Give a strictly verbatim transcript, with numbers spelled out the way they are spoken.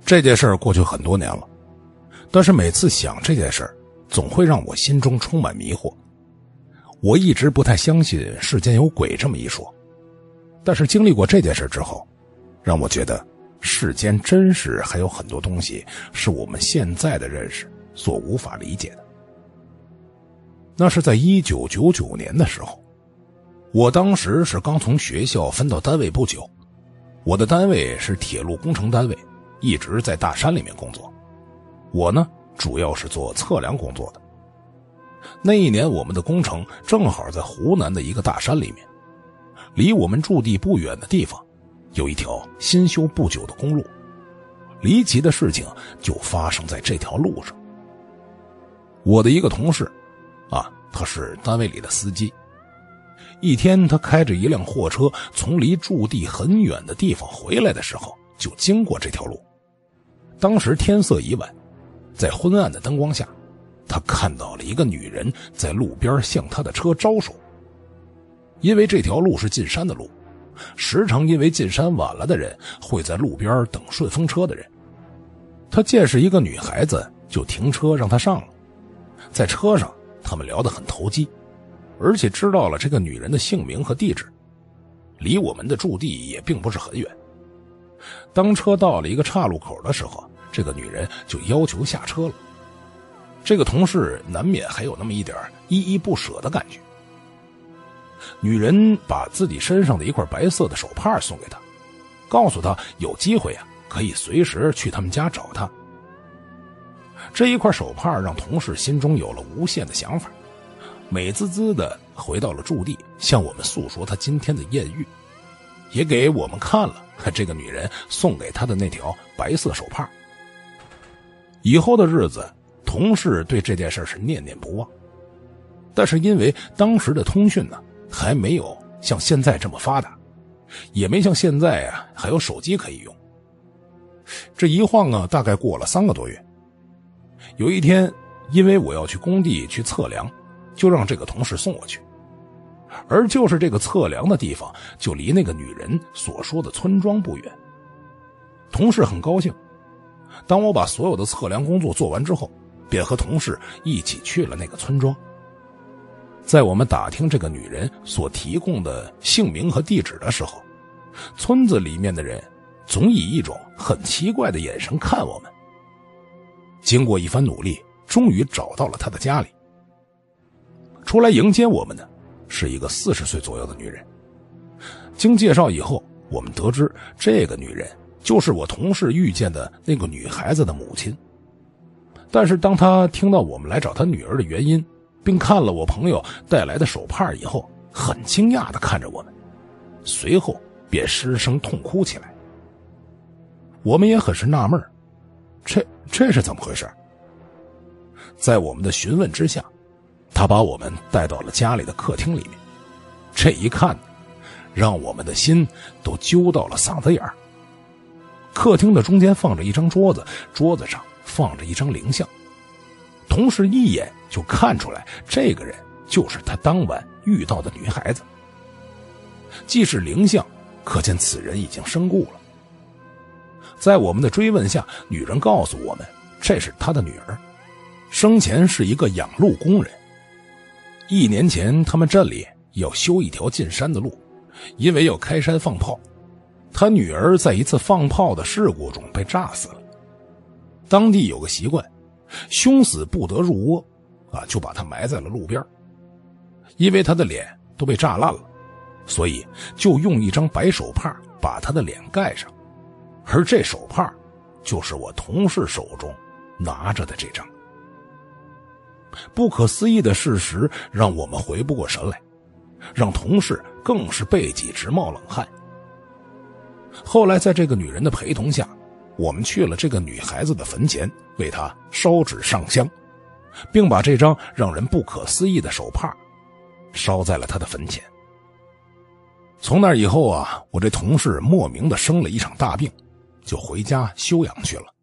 这件事儿过去很多年了，但是每次想这件事儿，总会让我心中充满迷惑。我一直不太相信世间有鬼这么一说，但是经历过这件事之后，让我觉得世间真是还有很多东西是我们现在的认识所无法理解的。那是在一九九九年的时候，我当时是刚从学校分到单位不久，我的单位是铁路工程单位，一直在大山里面工作。我呢，主要是做测量工作的。那一年我们的工程正好在湖南的一个大山里面，离我们驻地不远的地方有一条新修不久的公路。离奇的事情就发生在这条路上。我的一个同事啊，他是单位里的司机。一天他开着一辆货车从离驻地很远的地方回来的时候，就经过这条路。当时天色已晚，在昏暗的灯光下，他看到了一个女人在路边向他的车招手。因为这条路是进山的路，时常因为进山晚了的人会在路边等顺风车的人。他见是一个女孩子，就停车让她上了。在车上他们聊得很投机，而且知道了这个女人的姓名和地址，离我们的驻地也并不是很远。当车到了一个岔路口的时候，这个女人就要求下车了。这个同事难免还有那么一点依依不舍的感觉。女人把自己身上的一块白色的手帕送给他，告诉他有机会啊，可以随时去他们家找他。这一块手帕让同事心中有了无限的想法，美滋滋的回到了驻地，向我们诉说他今天的艳遇，也给我们看了这个女人送给他的那条白色手帕。以后的日子，同事对这件事是念念不忘。但是因为当时的通讯呢，还没有像现在这么发达，也没像现在啊还有手机可以用。这一晃啊，大概过了三个多月。有一天，因为我要去工地去测量，就让这个同事送我去。而就是这个测量的地方，就离那个女人所说的村庄不远。同事很高兴，当我把所有的测量工作做完之后，便和同事一起去了那个村庄。在我们打听这个女人所提供的姓名和地址的时候，村子里面的人总以一种很奇怪的眼神看我们。经过一番努力，终于找到了她的家里。出来迎接我们的是一个四十岁左右的女人。经介绍以后，我们得知这个女人就是我同事遇见的那个女孩子的母亲。但是当她听到我们来找她女儿的原因，并看了我朋友带来的手帕以后，很惊讶地看着我们，随后便失声痛哭起来。我们也很是纳闷，这这是怎么回事？在我们的询问之下，他把我们带到了家里的客厅里面。这一看，让我们的心都揪到了嗓子眼儿。客厅的中间放着一张桌子，桌子上放着一张灵像。同事一眼就看出来，这个人就是他当晚遇到的女孩子。既是灵像，可见此人已经身故了。在我们的追问下，女人告诉我们，这是她的女儿，生前是一个养路工人。一年前，他们镇里要修一条进山的路，因为要开山放炮，他女儿在一次放炮的事故中被炸死了。当地有个习惯，凶死不得入窝啊，就把他埋在了路边。因为他的脸都被炸烂了，所以就用一张白手帕把他的脸盖上，而这手帕就是我同事手中拿着的这张。不可思议的事实让我们回不过神来，让同事更是背脊直冒冷汗。后来在这个女人的陪同下，我们去了这个女孩子的坟前，为她烧纸上香，并把这张让人不可思议的手帕烧在了她的坟前。从那以后啊，我这同事莫名的生了一场大病，就回家休养去了。